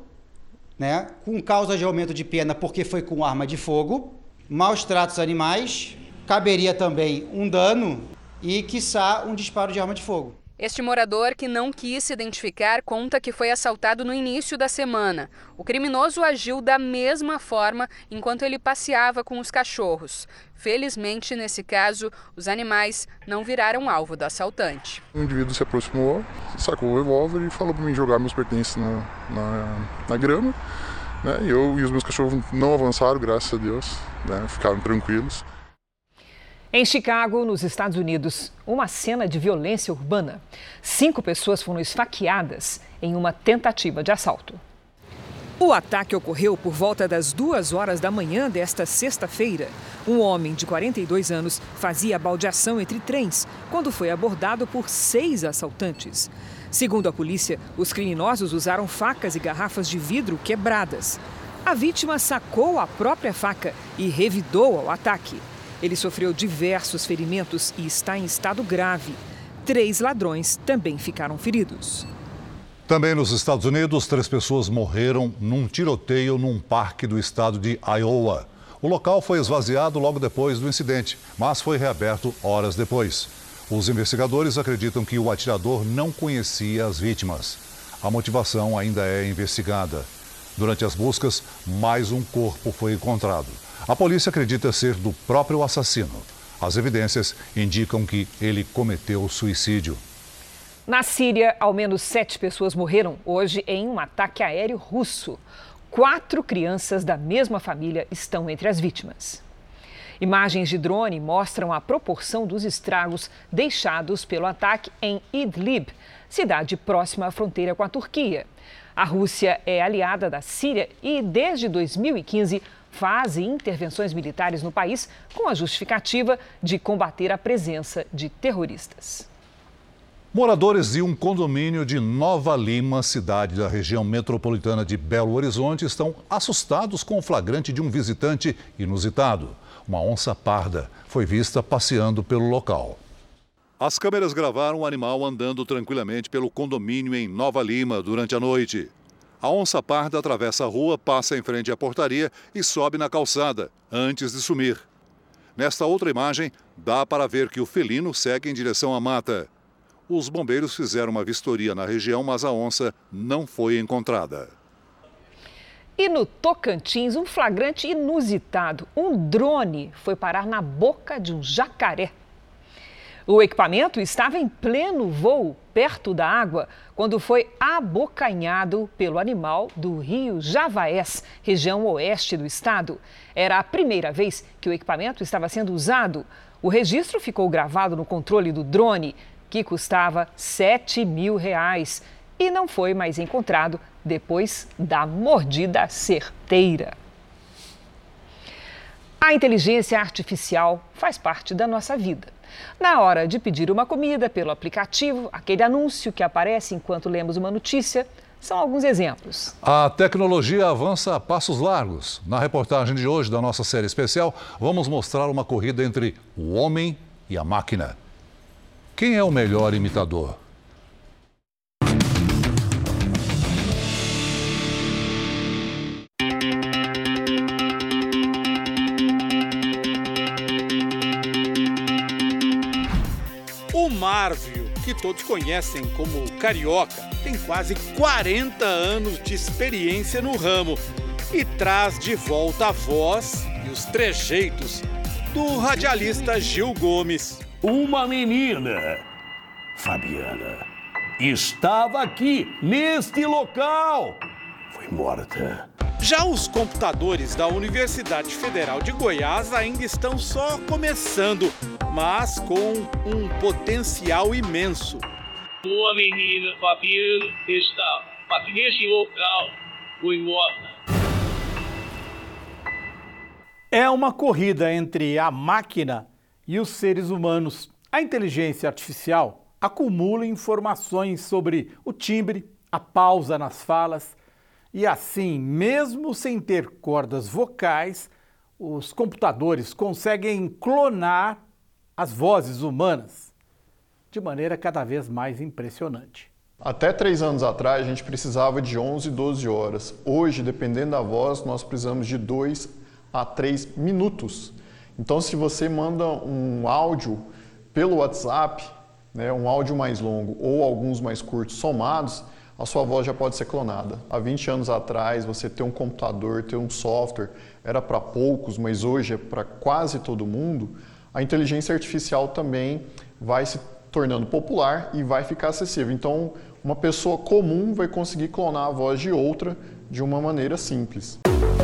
S23: com causa de aumento de pena porque foi com arma de fogo, maus tratos animais, caberia também um dano e, quiçá, um disparo de arma de fogo.
S22: Este morador, que não quis se identificar, conta que foi assaltado no início da semana. O criminoso agiu da mesma forma enquanto ele passeava com os cachorros. Felizmente, nesse caso, os animais não viraram alvo do assaltante.
S9: O indivíduo se aproximou, sacou o revólver e falou para mim jogar meus pertences na grama. Eu e os meus cachorros não avançaram, graças a Deus, ficaram tranquilos.
S3: Em Chicago, nos Estados Unidos, uma cena de violência urbana. 5 pessoas foram esfaqueadas em uma tentativa de assalto. O ataque ocorreu por volta das 2 horas da manhã desta sexta-feira. Um homem de 42 anos fazia baldeação entre trens quando foi abordado por 6 assaltantes. Segundo a polícia, os criminosos usaram facas e garrafas de vidro quebradas. A vítima sacou a própria faca e revidou ao ataque. Ele sofreu diversos ferimentos e está em estado grave. 3 ladrões também ficaram feridos.
S2: Também nos Estados Unidos, 3 pessoas morreram num tiroteio num parque do estado de Iowa. O local foi esvaziado logo depois do incidente, mas foi reaberto horas depois. Os investigadores acreditam que o atirador não conhecia as vítimas. A motivação ainda é investigada. Durante as buscas, mais um corpo foi encontrado. A polícia acredita ser do próprio assassino. As evidências indicam que ele cometeu suicídio.
S3: Na Síria, ao menos 7 pessoas morreram hoje em um ataque aéreo russo. 4 crianças da mesma família estão entre as vítimas. Imagens de drone mostram a proporção dos estragos deixados pelo ataque em Idlib, cidade próxima à fronteira com a Turquia. A Rússia é aliada da Síria e, desde 2015, faz intervenções militares no país com a justificativa de combater a presença de terroristas.
S2: Moradores de um condomínio de Nova Lima, cidade da região metropolitana de Belo Horizonte, estão assustados com o flagrante de um visitante inusitado. Uma onça parda foi vista passeando pelo local. As câmeras gravaram o animal andando tranquilamente pelo condomínio em Nova Lima durante a noite. A onça parda atravessa a rua, passa em frente à portaria e sobe na calçada, antes de sumir. Nesta outra imagem, dá para ver que o felino segue em direção à mata. Os bombeiros fizeram uma vistoria na região, mas a onça não foi encontrada.
S3: E no Tocantins, um flagrante inusitado. Um drone foi parar na boca de um jacaré. O equipamento estava em pleno voo, perto da água, quando foi abocanhado pelo animal do rio Javaés, região oeste do estado. Era a primeira vez que o equipamento estava sendo usado. O registro ficou gravado no controle do drone, que custava R$7 mil, e não foi mais encontrado depois da mordida certeira. A inteligência artificial faz parte da nossa vida. Na hora de pedir uma comida pelo aplicativo, aquele anúncio que aparece enquanto lemos uma notícia, são alguns exemplos.
S2: A tecnologia avança a passos largos. Na reportagem de hoje da nossa série especial, vamos mostrar uma corrida entre o homem e a máquina. Quem é o melhor imitador?
S7: O Marvio, que todos conhecem como Carioca, tem quase 40 anos de experiência no ramo e traz de volta a voz e os trejeitos do radialista Gil Gomes.
S10: Uma menina, Fabiana, estava aqui, neste local. Foi morta.
S7: Já os computadores da Universidade Federal de Goiás ainda estão só começando, mas com um potencial imenso.
S10: Uma menina, Fabiana, estava aqui neste local. Foi morta.
S11: É uma corrida entre a máquina e os seres humanos. A inteligência artificial acumula informações sobre o timbre, a pausa nas falas e assim, mesmo sem ter cordas vocais, os computadores conseguem clonar as vozes humanas de maneira cada vez mais impressionante.
S14: Até 3 anos atrás, a gente precisava de 11, 12 horas. Hoje, dependendo da voz, nós precisamos de 2 a 3 minutos. Então, se você manda um áudio pelo WhatsApp, né, um áudio mais longo ou alguns mais curtos somados, a sua voz já pode ser clonada. Há 20 anos atrás, você ter um computador, ter um software, era para poucos, mas hoje é para quase todo mundo. A inteligência artificial também vai se tornando popular e vai ficar acessível. Então, uma pessoa comum vai conseguir clonar a voz de outra de uma maneira simples.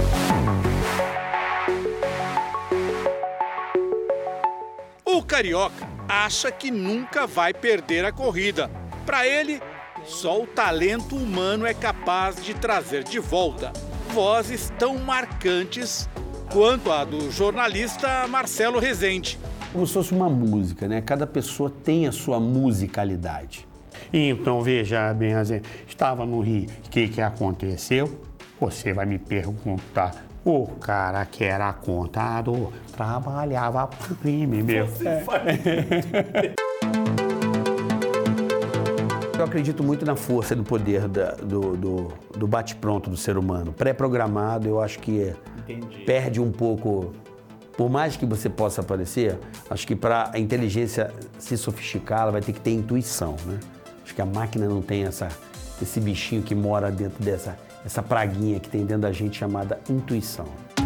S7: O Carioca acha que nunca vai perder a corrida. Para ele, só o talento humano é capaz de trazer de volta vozes tão marcantes quanto a do jornalista Marcelo Rezende.
S24: Como se fosse uma música, né? Cada pessoa tem a sua musicalidade.
S25: Então, veja bem, estava no Rio, o que aconteceu? Você vai me perguntar. O cara que era contador trabalhava para o crime, meu.
S24: Eu acredito muito na força e no poder do bate-pronto do ser humano. Pré-programado, eu acho que perde um pouco. Por mais que você possa aparecer, acho que para a inteligência se sofisticar, ela vai ter que ter intuição, né? Acho que a máquina não tem esse bichinho que mora dentro essa praguinha que tem dentro da gente chamada intuição.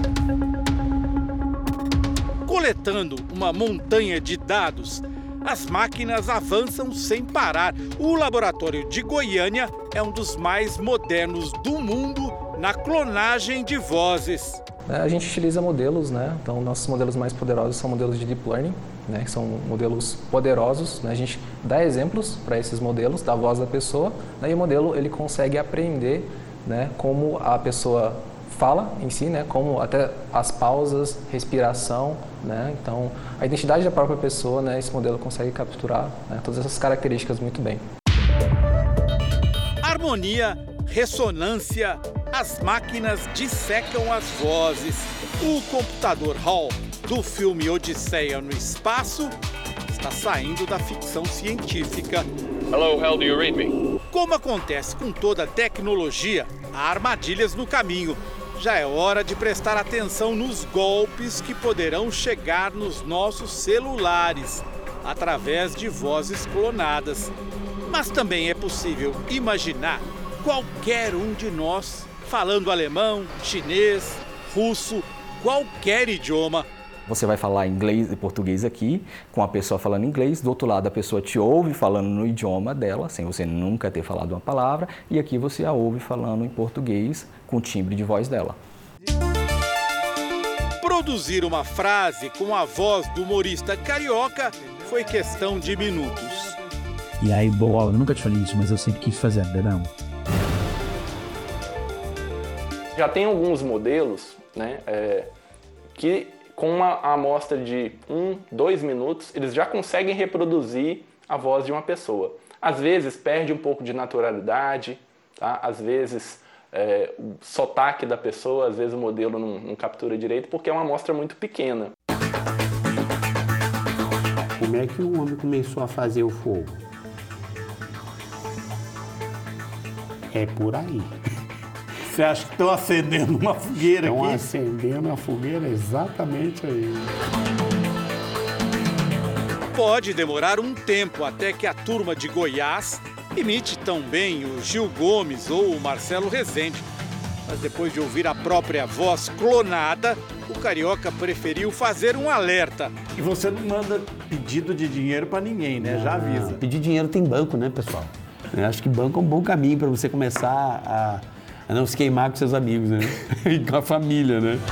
S7: Coletando uma montanha de dados, as máquinas avançam sem parar. O laboratório de Goiânia é um dos mais modernos do mundo na clonagem de vozes.
S27: A gente utiliza modelos, né? Então, nossos modelos mais poderosos são modelos de Deep Learning, né? Que são modelos poderosos, né? A gente dá exemplos para esses modelos da voz da pessoa, né? E o modelo ele consegue aprender, né? Como a pessoa fala em si, né? Como até as pausas, respiração, né? Então, a identidade da própria pessoa, né? Esse modelo consegue capturar, né? Todas essas características muito bem.
S7: Harmonia, ressonância, as máquinas dissecam as vozes. O computador Hall do filme Odisseia no Espaço está saindo da ficção científica.
S28: Hello, Hal, do you read me?
S7: Como acontece com toda tecnologia, há armadilhas no caminho. Já é hora de prestar atenção nos golpes que poderão chegar nos nossos celulares através de vozes clonadas. Mas também é possível imaginar qualquer um de nós falando alemão, chinês, russo, qualquer idioma.
S1: Você vai falar inglês e português aqui, com a pessoa falando inglês, do outro lado a pessoa te ouve falando no idioma dela, sem você nunca ter falado uma palavra, e aqui você a ouve falando em português, com o timbre de voz dela.
S7: Produzir uma frase com a voz do humorista carioca foi questão de minutos.
S8: E aí, bom, eu nunca te falei isso, mas eu sempre quis fazer, não.
S12: Já tem alguns modelos, né, que com uma amostra de 1-2 minutos, eles já conseguem reproduzir a voz de uma pessoa. Às vezes perde um pouco de naturalidade, tá? Às vezes o sotaque da pessoa, às vezes o modelo não captura direito, porque é uma amostra muito pequena.
S25: Como é que o homem começou a fazer o fogo? É por aí.
S11: Você acha que estão acendendo uma fogueira aqui?
S25: Estão acendendo a fogueira exatamente aí.
S7: Pode demorar um tempo até que a turma de Goiás imite tão bem o Gil Gomes ou o Marcelo Rezende. Mas depois de ouvir a própria voz clonada, o carioca preferiu fazer um alerta.
S11: E você não manda pedido de dinheiro para ninguém, né? Já avisa.
S24: Pedir dinheiro tem banco, né, pessoal? Eu acho que banco é um bom caminho para você começar a não se queimar com seus amigos, né? E com a família, né?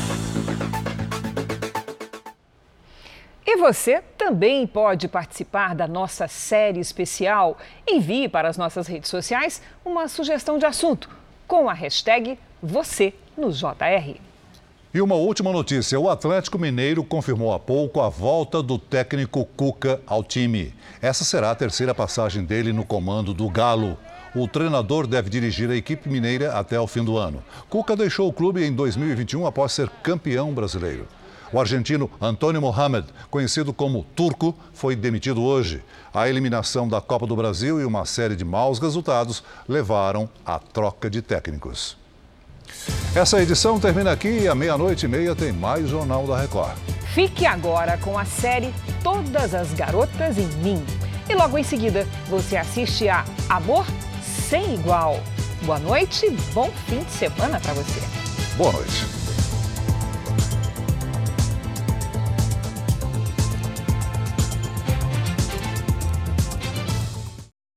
S3: E você também pode participar da nossa série especial. Envie para as nossas redes sociais uma sugestão de assunto com a hashtag #VocêNoJR.
S2: E uma última notícia, o Atlético Mineiro confirmou há pouco a volta do técnico Cuca ao time. Essa será a terceira passagem dele no comando do Galo. O treinador deve dirigir a equipe mineira até o fim do ano. Cuca deixou o clube em 2021 após ser campeão brasileiro. O argentino Antônio Mohamed, conhecido como Turco, foi demitido hoje. A eliminação da Copa do Brasil e uma série de maus resultados levaram à troca de técnicos. Essa edição termina aqui e à 00:30 tem mais Jornal da Record.
S3: Fique agora com a série Todas as Garotas em Mim. E logo em seguida, você assiste a Amor Sem Igual. Boa noite, bom fim de semana para você.
S2: Boa noite.